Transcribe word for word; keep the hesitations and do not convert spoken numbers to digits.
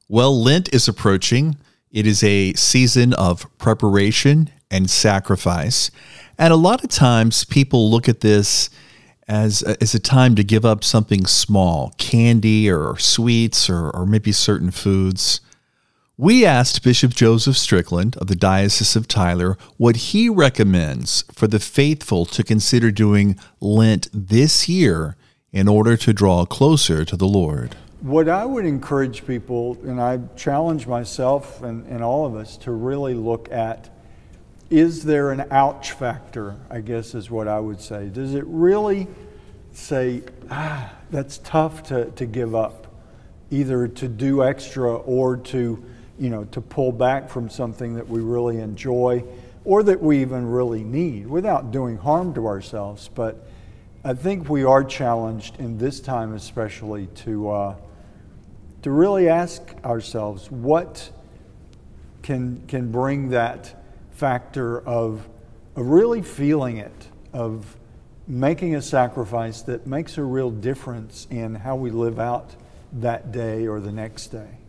Well, Lent is approaching. It is a season of preparation and sacrifice. And a lot of times people look at this as a, as a time to give up something small, candy or sweets or, or maybe certain foods. We asked Bishop Joseph Strickland of the Diocese of Tyler what he recommends for the faithful to consider doing Lent this year in order to draw closer to the Lord. What I would encourage people, and I challenge myself and, and all of us to really look at, is there an ouch factor, I guess is what I would say. Does it really say, ah, that's tough to, to give up, either to do extra or to, you know, to pull back from something that we really enjoy or that we even really need without doing harm to ourselves. But I think we are challenged in this time especially to uh, to really ask ourselves what can can bring that factor of, of really feeling it, of making a sacrifice that makes a real difference in how we live out that day or the next day.